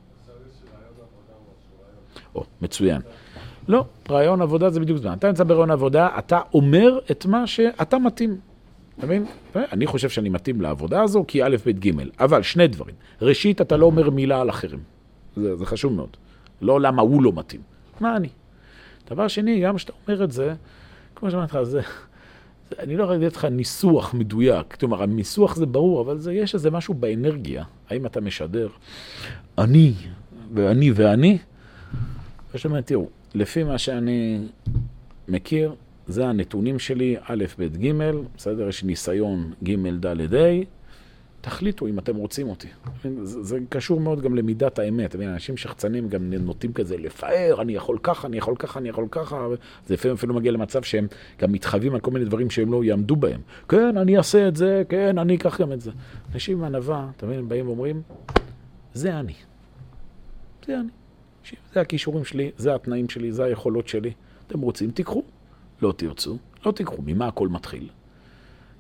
מצוין. לא, רעיון עבודה זה בדיוק זמן. אתה נמצא ברעיון עבודה, אתה אומר את מה שאתה מתאים. אתה מבין? אני חושב שאני מתאים לעבודה הזו, כי א' ב' ג'. אבל שני דברים. ראשית, אתה לא אומר מילה על אחרים. זה חשוב מאוד. לא למה הוא לא מתאים. מה אני? דבר שני, גם שאתה אומר את זה, כמו שאמרתי לך, אני לא ראיתי לך ניסוח מדויק. כלומר, הניסוח זה ברור, אבל יש איזה משהו באנרגיה. האם אתה משדר? אני ואני ואני? ושאומר, תראו, לפי מה שאני מכיר, זה הנתונים שלי, א', ב', ג', בסדר, יש ניסיון ג', ד', ה', תחליטו אם אתם רוצים אותי. זה קשור מאוד גם למידת האמת. אנשים שחצנים גם נוטים כזה לפאר, אני יכול ככה, אני יכול ככה, אני יכול ככה. זה לפעמים אפילו מגיע למצב שהם גם מתחייבים על כל מיני דברים שהם לא יעמדו בהם. כן, אני אעשה את זה, כן, אני אקח גם את זה. אנשים מהענווה, אתם מבינים, באים ואומרים, זה אני. זה אני. זה הכישורים שלי, זה התנאים שלי, זה היכולות שלי. אתם רוצים, תיקחו. לא תרצו, לא תיקחו. ממה הכל מתחיל?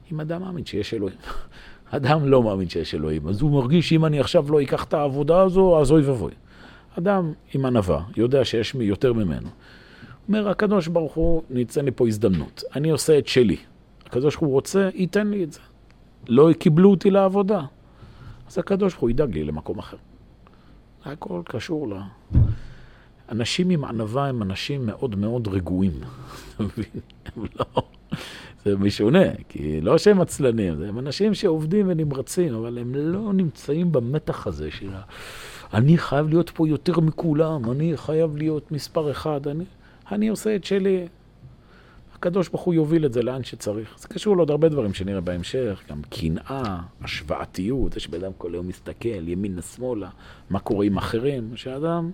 אם אדם מאמין שיש אלוהים. אדם לא מאמין שיש אלוהים, אז הוא מרגיש שאם אני עכשיו לא אקח את העבודה הזו, אז אוי ובוי. אדם עם ענווה, יודע שיש יותר ממנו. אומר, הקדוש ברוך הוא ניתן לי פה הזדמנות. אני עושה את שלי. הקדוש ברוך הוא רוצה, ייתן לי את זה. לא קיבלו אותי לעבודה. אז הקדוש ברוך הוא ידאג לי למקום אחר. הכל קשור לה. אנשים עם ענווה הם אנשים מאוד מאוד רגועים. הם לא... זה משונה, כי לא שהם עצלנים, הם אנשים שעובדים ונמרצים, אבל הם לא נמצאים במתח הזה של אני חייב להיות פה יותר מכולם, אני חייב להיות מספר אחד, אני עושה את שלי. הקדוש ברוך הוא יוביל את זה לאן שצריך. זה קשור לעוד הרבה דברים שנראה בהמשך, גם קנאה, השוואתיות, זה שבאדם כל היום מסתכל, ימין לשמאלה, מה קורה עם אחרים, שאדם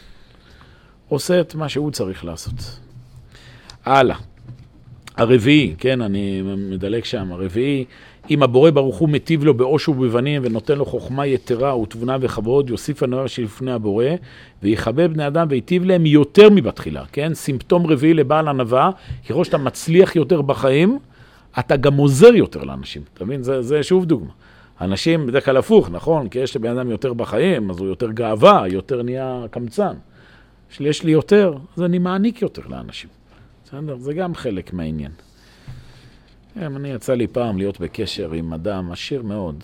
עושה את מה שהוא צריך לעשות. הלאה. הרביעי, כן, אני מדלק שם, הרביעי, אם הבורא ברוך הוא מטיב לו באושר ובבנים ונותן לו חוכמה יתרה ותבונה וכבוד, יוסיף הנוער שלפני הבורא ויחבב בני אדם ויטיב להם יותר מבתחילה, כן? סימפטום רביעי לבעל ענווה, ככל שאתה מצליח יותר בחיים, אתה גם עוזר יותר לאנשים, אתה מבין? זה שוב דוגמה. אנשים בדרך כלל הפוך, נכון? כי יש לבן אדם יותר בחיים, אז הוא יותר גאווה, יותר נהיה קמצן. יש לי יותר, אז אני מעניק יותר לאנשים. זה גם חלק מהעניין. אני יצא לי פעם להיות בקשר עם אדם עשיר מאוד.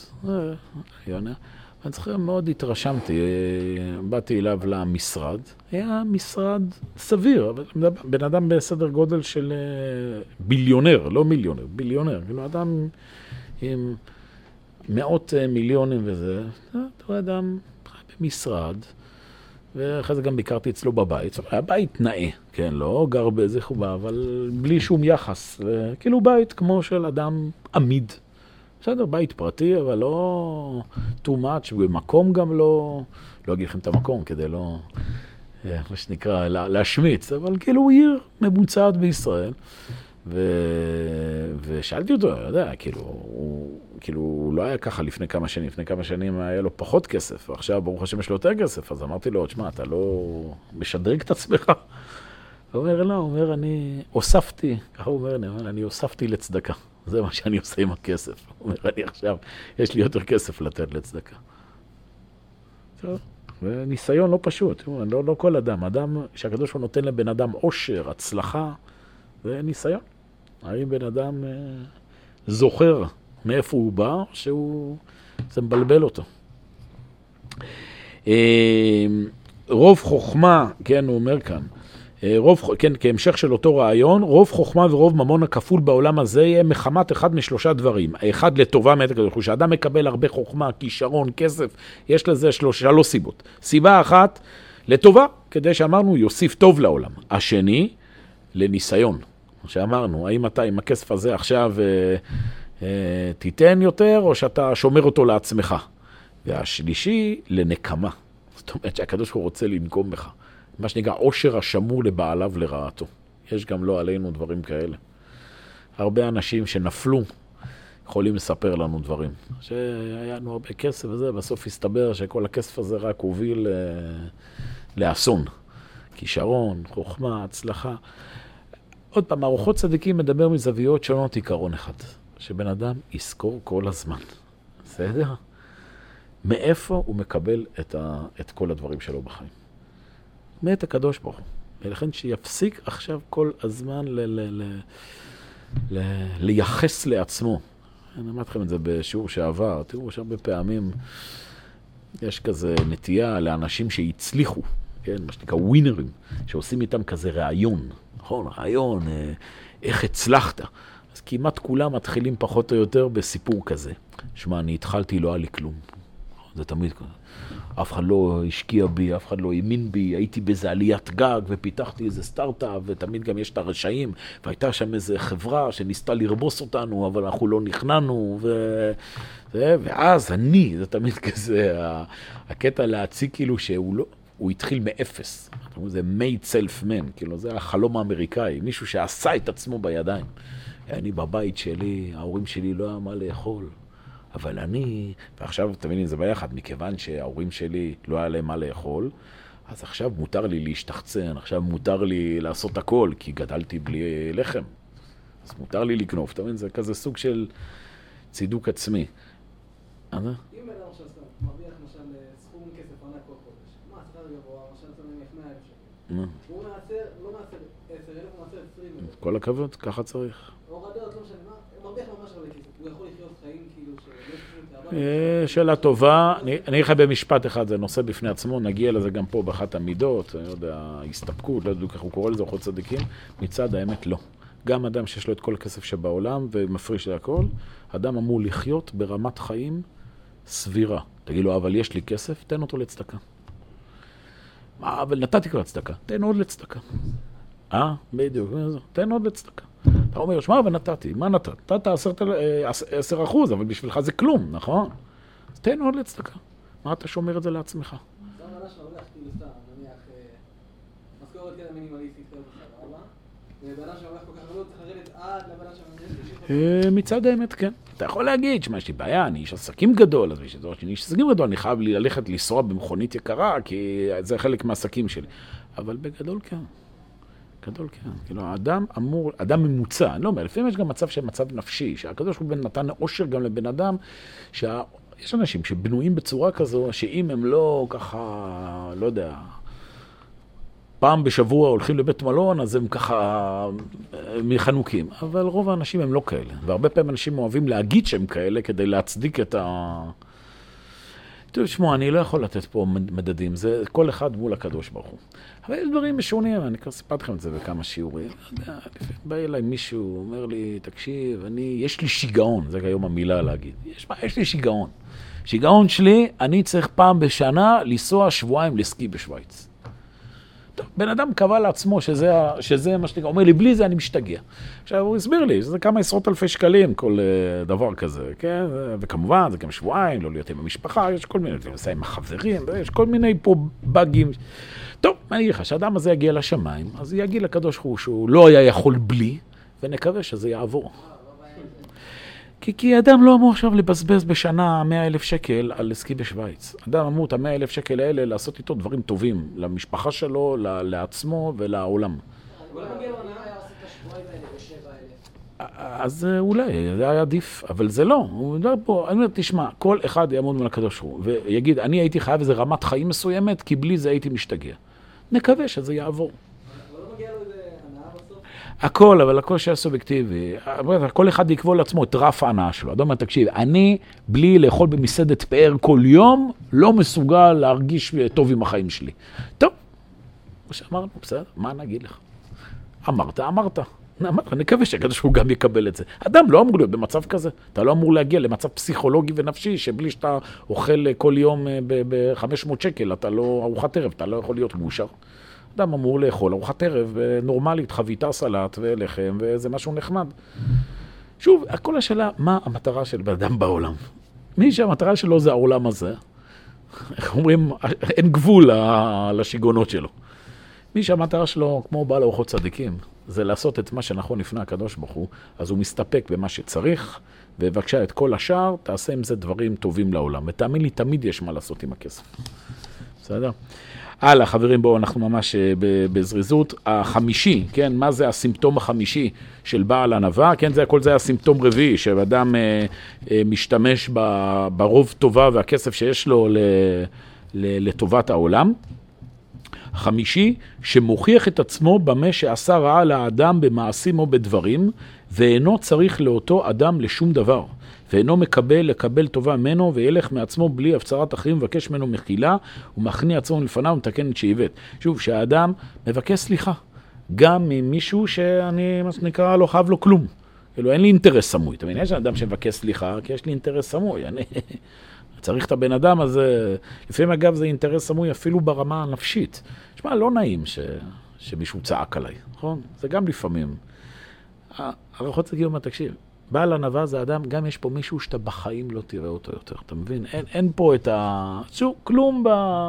אני זוכר, מאוד התרשמתי. באתי אליו למשרד. היה משרד סביר. בן אדם בסדר גודל של ביליונר, לא מיליונר, ביליונר. כאילו אדם עם מאות מיליונים וזה. אתה רואה אדם במשרד. ואחרי זה גם ביקרתי אצלו בבית. היה בית נאה, כן, לא גר באיזה חובה, אבל בלי שום יחס. כאילו בית כמו של אדם עמיד. בסדר, בית פרטי, אבל לא too much, במקום גם לא אגיד לכם את המקום כדי לא, מה שנקרא, להשמיץ, אבל כאילו הוא עיר ממוצעת בישראל. ושאלתי אותו, אני יודע, כאילו הוא לא היה ככה לפני כמה שנים, לפני כמה שנים היה לו פחות כסף, ועכשיו ברוך השם יש לו יותר כסף, אז אמרתי לו, תשמע, אתה לא משדרג את עצמך? הוא אומר, לא, הוא אומר, אני הוספתי, ככה הוא אומר, אני הוספתי לצדקה, זה מה שאני עושה עם הכסף. הוא אומר, אני עכשיו, יש לי יותר כסף לתת לצדקה. טוב, וניסיון לא פשוט, לא כל אדם שהקדוש הוא נותן לבן אדם עושר, הצלחה, זה ניסיון. האם בן אדם זוכר מאיפה הוא בא, זה מבלבל אותו. רוב חוכמה, כן, הוא אומר כאן, כן, כהמשך של אותו רעיון, רוב חוכמה ורוב ממון הכפול בעולם הזה יהיה מחמת אחד משלושה דברים. האחד לטובה מאת הקדוש ברוך הוא, שאדם מקבל הרבה חוכמה, כישרון, כסף, יש לזה שלוש סיבות. סיבה אחת, לטובה, כדי שאמרנו, יוסיף טוב לעולם. השני, לניסיון. שאמרנו, האם אתה עם הכסף הזה עכשיו תיתן יותר, או שאתה שומר אותו לעצמך. והשלישי, לנקמה. זאת אומרת שהקדוש הוא רוצה לנקום בך. מה שנקרא, עושר השמור לבעליו לרעתו. יש גם לא עלינו דברים כאלה. הרבה אנשים שנפלו יכולים לספר לנו דברים. שהיה לנו הרבה כסף וזה, בסוף הסתבר שכל הכסף הזה רק הוביל לאסון. כישרון, חוכמה, הצלחה. עוד פעם, ארוחות צדיקים מדבר מזוויות שונות עיקרון אחד. שבן אדם יזכור כל הזמן. בסדר? מאיפה הוא מקבל את כל הדברים שלו בחיים? מאת הקדוש ברוך הוא. ולכן שיפסיק עכשיו כל הזמן לייחס לעצמו. אני אמרתי לכם את זה בשיעור שעבר. תראו שהרבה פעמים יש כזה נטייה לאנשים שהצליחו, כן? מה שנקרא ווינרים, שעושים איתם כזה רעיון. נכון, רעיון, איך הצלחת. אז כמעט כולם מתחילים פחות או יותר בסיפור כזה. שמע, אני התחלתי, לא היה לי כלום. זה תמיד כזה. אף אחד לא השקיע בי, אף אחד לא האמין בי, הייתי באיזה עליית גג ופיתחתי איזה סטארט-אפ, ותמיד גם יש את הרשעים, והייתה שם איזה חברה שניסתה לרבוס אותנו, אבל אנחנו לא נכנענו, ואז אני, זה תמיד כזה, הקטע להציג כאילו שהוא לא, הוא התחיל מאפס. זה made self man, כאילו זה החלום האמריקאי, מישהו שעשה את עצמו בידיים. אני בבית שלי, ההורים שלי לא היה מה לאכול. אבל אני, ועכשיו תמיד זה ביחד, מכיוון שההורים שלי לא היה להם מה לאכול, אז עכשיו מותר לי להשתחצן, עכשיו מותר לי לעשות הכל, כי גדלתי בלי לחם. אז מותר לי לקנוף, אתה מבין? זה כזה סוג של צידוק עצמי. אם אדם עכשיו מרוויח למשל סכום כסף ענק כל חודש, מה השכר גבוה, למשל נניח 100,000 שקל. הוא לא מעשר 10,000, הוא מעשר 20,000. כל הכבוד, ככה צריך. הורדות, לא משנה מה, הוא מרוויח ממש הרבה כסף. הוא יכול לחיות חיים כאילו שאלה טובה. אני אגיד לך במשפט אחד, זה נושא בפני עצמו, נגיע לזה גם פה באחת המידות, אני לא יודע, הסתפקות, לא יודע איך הוא קורא לזה, אורחות צדיקים, מצד האמת לא. גם אדם שיש לו את כל הכסף שבעולם ומפריש להכל, אדם אמור לחיות ברמת חיים סבירה. תגיד לו, אבל יש לי כסף, תן אותו לצדקה. מה, אבל נתתי כבר לצדקה, תן עוד לצדקה. בדיוק, תן עוד לצדקה. אתה אומר, שמע, אבל נתתי, מה נתת? נתת 10%, אבל בשבילך זה כלום, נכון? אז תן עוד לצדקה. מה אתה שומר את זה לעצמך? זה המנה שלו הולך כאילו סתם, נניח, משכורת כזה מינימליסטית כזה בסבבה, ובאדם שהולך כל כך הרבה, צריך לרדת עד לבאדם שהולך. מצד האמת, כן. אתה יכול להגיד, שמה, יש לי בעיה, אני איש עסקים גדול, אז אני איש עסקים גדול, אני חייב ללכת לנסוע במכונית יקרה, כי זה חלק מהעסקים שלי. אבל בגדול כן. גדול כן. כאילו, אדם ממוצע, אני לא אומר, לפעמים יש גם מצב של מצב נפשי, שהקדוש ברוך הוא נתן אושר גם לבן אדם, יש אנשים שבנויים בצורה כזו, שאם הם לא ככה, לא יודע, פעם בשבוע הולכים לבית מלון, אז הם ככה מחנוקים. אבל רוב האנשים הם לא כאלה. והרבה פעמים אנשים אוהבים להגיד שהם כאלה, כדי להצדיק את תשמעו, אני לא יכול לתת פה מדדים, זה כל אחד מול הקדוש ברוך הוא. אבל יש דברים משונים, אני כבר סיפרתי לכם את זה בכמה שיעורים. בא אליי מישהו, אומר לי, תקשיב, יש לי שיגעון, זה היום המילה להגיד. יש לי שיגעון. שיגעון שלי, אני צריך פעם בשנה לנסוע שבועיים לסקי בשוויץ. טוב, בן אדם קבע לעצמו שזה מה שנקרא, אומר לי, בלי זה אני משתגע. עכשיו, הוא הסביר לי, שזה כמה עשרות אלפי שקלים, כל דבר כזה, כן? וכמובן, זה גם שבועיים, לא להיות עם המשפחה, יש כל מיני, זה עם החברים, יש כל מיני פה בגים. טוב, אני אגיד לך, שהאדם הזה יגיע לשמיים, אז יגיד לקדוש ברוך הוא שהוא לא היה יכול בלי, ונקווה שזה יעבור. כי אדם לא אמור עכשיו לבזבז בשנה 100,000 שקל על סקי בשוויץ. אדם אמור את 100,000 שקל האלה לעשות איתו דברים טובים, למשפחה שלו, לעצמו ולעולם. אבל לא מגיע לו הנאה היה לעשות את השבועיים האלה ב7,000. אז אולי, זה היה עדיף, אבל זה לא. הוא אומר פה, אני אומר, תשמע, כל אחד יעמוד מול הקדוש ברוך הוא, ויגיד, אני הייתי חייב איזו רמת חיים מסוימת, כי בלי זה הייתי משתגע. נקווה שזה יעבור. הכל, אבל הכל שהיה סובייקטיבי. כל אחד יקבול לעצמו את רף ההנאה שלו. אדם אומר, תקשיב, אני בלי לאכול במסעדת פאר כל יום, לא מסוגל להרגיש טוב עם החיים שלי. טוב, כמו שאמרנו, בסדר, מה נגיד לך? אמרת. נקווה שהקדוש ברוך הוא גם יקבל את זה. אדם לא אמור להיות במצב כזה. אתה לא אמור להגיע למצב פסיכולוגי ונפשי, שבלי שאתה אוכל כל יום ב-500 שקל, אתה לא, ארוחת ערב, אתה לא יכול להיות מאושר. אדם אמור לאכול ארוחת ערב נורמלית, חביתה, סלט ולחם, וזה משהו נחמד. שוב, כל השאלה, מה המטרה של בן אדם בעולם? מי שהמטרה שלו זה העולם הזה, איך אומרים, אין גבול לשיגונות שלו. מי שהמטרה שלו, כמו בעל אורחות צדיקים, זה לעשות את מה שנכון לפני הקדוש ברוך הוא, אז הוא מסתפק במה שצריך, ובבקשה את כל השאר, תעשה עם זה דברים טובים לעולם. ותאמין לי, תמיד יש מה לעשות עם הכסף. בסדר? הלאה, חברים, בואו, אנחנו ממש בזריזות. החמישי, כן, מה זה הסימפטום החמישי של בעל ענווה? כן, כל זה הסימפטום רביעי, שאדם משתמש ברוב טובה והכסף שיש לו לטובת העולם. חמישי, שמוכיח את עצמו במה שעשה רעה לאדם במעשים או בדברים, ואינו צריך לאותו אדם לשום דבר. ואינו לקבל טובה ממנו, וילך מעצמו בלי הפצרת אחרים, מבקש ממנו מחילה, ומכניע עצמו לפניו ומתקן את שאיבד. שוב, שהאדם מבקש סליחה, גם ממישהו שאני, מה שנקרא, לא חייב לו כלום. כאילו, אין לי אינטרס סמוי. אתה מבין, יש אדם שמבקש סליחה, כי יש לי אינטרס סמוי. אני צריך את הבן אדם הזה, לפעמים אגב זה אינטרס סמוי אפילו ברמה הנפשית. תשמע, לא נעים שמישהו צעק עליי, נכון? זה גם לפעמים. הרחות צדיקים אומר, תקשיב, בעל ענווה זה אדם, גם יש פה מישהו שאתה בחיים לא תראה אותו יותר, אתה מבין? אין פה את כלום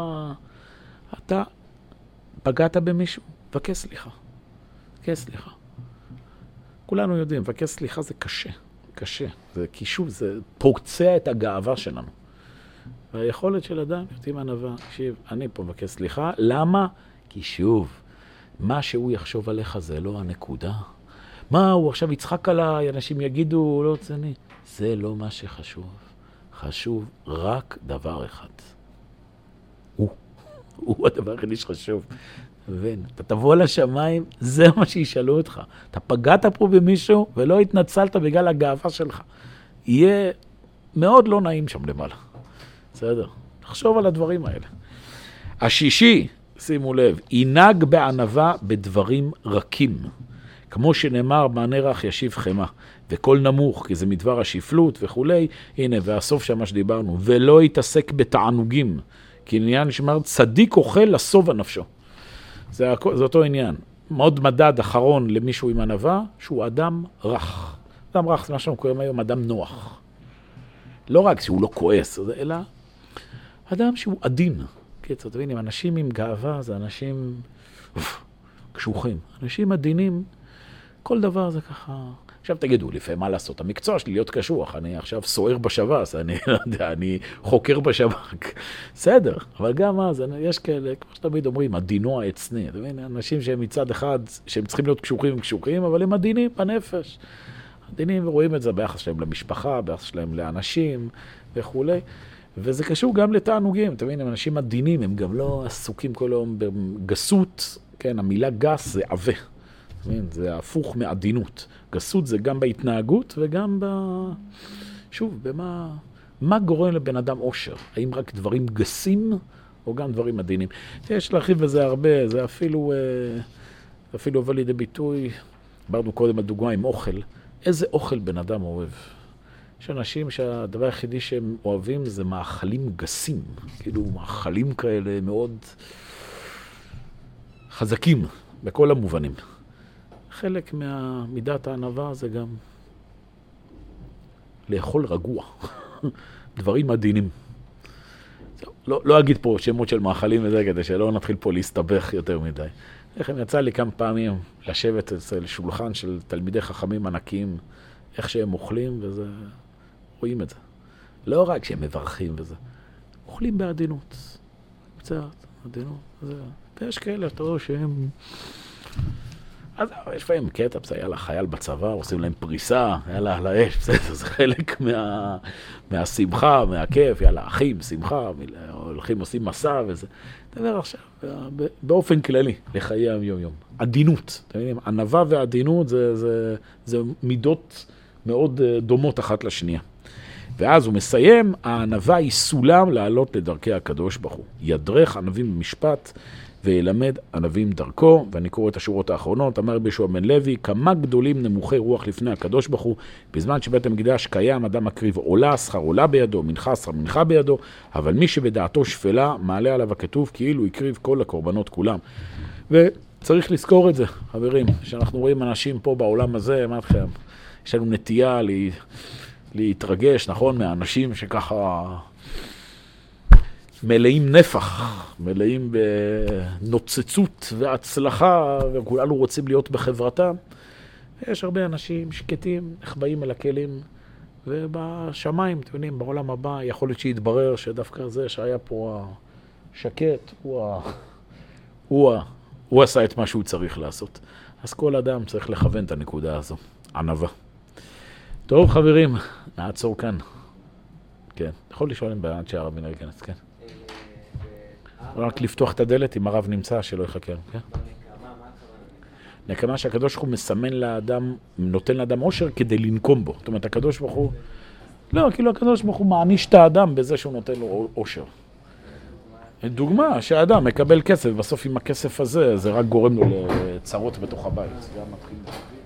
אתה פגעת במישהו, מבקש סליחה. מבקש סליחה. כולנו יודעים, מבקש סליחה זה קשה. כי שוב, זה פורצע את הגאווה שלנו. והיכולת של אדם, יודעים ענווה, תקשיב, אני פה מבקש סליחה, למה? כי שוב, מה שהוא יחשוב עליך זה לא הנקודה. מה, הוא עכשיו יצחק עליי, אנשים יגידו, לא צני. זה לא מה שחשוב. חשוב רק דבר אחד. הוא הדבר הכי שחשוב. אתה תבוא לשמיים, זה מה שישאלו אותך. אתה פגעת פה במישהו ולא התנצלת בגלל הגאווה שלך. יהיה מאוד לא נעים שם למעלה. בסדר? תחשוב על הדברים האלה. השישי, שימו לב, ינהג בענווה בדברים רכים. כמו שנאמר, מענה רך ישיב חמה. וכל נמוך, כי זה מדבר השפלות וכולי. הנה, והסוף שמה שדיברנו. ולא יתעסק בתענוגים. כי עניין שאומר, צדיק אוכל לסוב הנפשו. זה אותו עניין. מאוד מדד אחרון למישהו עם ענווה, שהוא אדם רך. אדם רך זה מה שאנחנו קוראים היום, אדם נוח. לא רק שהוא לא כועס, אלא אדם שהוא עדין. קיצור, תבינים, אנשים עם גאווה זה אנשים קשוחים. אנשים עדינים, כל דבר זה ככה. עכשיו תגידו, לפעמים מה לעשות? המקצוע שלי להיות קשוח, אני עכשיו סוער בשב"ס, אני חוקר בשב"כ. בסדר, אבל גם אז, יש כאלה, כמו שתמיד אומרים, עדינו העצני. אתה מבין, אנשים שהם מצד אחד, שהם צריכים להיות קשוחים, אבל הם עדינים בנפש. עדינים ורואים את זה ביחס שלהם למשפחה, ביחס שלהם לאנשים וכו'. וזה קשור גם לתענוגים. אתה מבין, הם אנשים עדינים, הם גם לא עסוקים כל היום בגסות. כן, המילה גס זה עווה. זה הפוך מעדינות. גסות זה גם בהתנהגות וגם שוב, מה גורם לבן אדם אושר? האם רק דברים גסים או גם דברים עדינים? יש להרחיב בזה הרבה, זה אפילו עובר לידי ביטוי. דיברנו קודם על דוגמה עם אוכל. איזה אוכל בן אדם אוהב? יש אנשים שהדבר היחידי שהם אוהבים זה מאכלים גסים. כאילו מאכלים כאלה מאוד חזקים בכל המובנים. חלק מהמידת הענווה זה גם לאכול רגוע, דברים עדינים. לא אגיד פה שמות של מאכלים וזה, כדי שלא נתחיל פה להסתבך יותר מדי. איך יצא לי כמה פעמים לשבת אצל שולחן של תלמידי חכמים ענקיים, איך שהם אוכלים, וזה, רואים את זה. לא רק שהם מברכים וזה, אוכלים בעדינות. קצת עדינות. ויש כאלה, אתה רואה שהם... אז יש פעמים קטע, היה לה חייל בצבא, עושים להם פריסה, יאללה, על האש, בסדר, זה חלק מהשמחה, מהכיף, יאללה, אחים, שמחה, הולכים, עושים מסע וזה. דבר עכשיו, באופן כללי, לחיי היום-יום. עדינות, אתם יודעים, ענווה ועדינות זה מידות מאוד דומות אחת לשנייה. ואז הוא מסיים, הענווה היא סולם לעלות לדרכי הקדוש ברוך הוא. ידרך ענבים במשפט, וילמד ענבים דרכו, ואני קורא את השורות האחרונות, אמר רבי יהושע בן לוי, כמה גדולים נמוכי רוח לפני הקדוש ברוך הוא, בזמן שבית המקדש קיים, אדם מקריב עולה, שכר עולה בידו, מנחה, שכר מנחה בידו, אבל מי שבדעתו שפלה, מעלה עליו הכתוב, כאילו הקריב כל הקורבנות כולם. וצריך לזכור את זה, חברים, שאנחנו רואים אנשים פה בעולם הזה, מה אתכם? יש לנו נטייה להתרגש, נכון, מהאנשים שככה... מלאים נפח, מלאים בנוצצות והצלחה, וכולנו רוצים להיות בחברתם. יש הרבה אנשים שקטים, נחבאים אל הכלים, ובשמיים, אתם יודעים, בעולם הבא, יכול להיות שיתברר שדווקא זה שהיה פה השקט, הוא עשה את מה שהוא צריך לעשות. אז כל אדם צריך לכוון את הנקודה הזו, ענווה. טוב, חברים, נעצור כאן. כן, יכול לשאול אם בעד שהרב לא ייכנס, כן. רק לפתוח את הדלת אם הרב נמצא, שלא יחכה. נקמה שהקדוש ברוך הוא מסמן לאדם, נותן לאדם אושר כדי לנקום בו. זאת אומרת, הקדוש ברוך הוא... לא, כאילו הקדוש ברוך הוא מעניש את האדם בזה שהוא נותן לו אושר. דוגמה, שהאדם מקבל כסף, בסוף עם הכסף הזה, זה רק גורם לו לצרות בתוך הבית. זה גם מתחיל...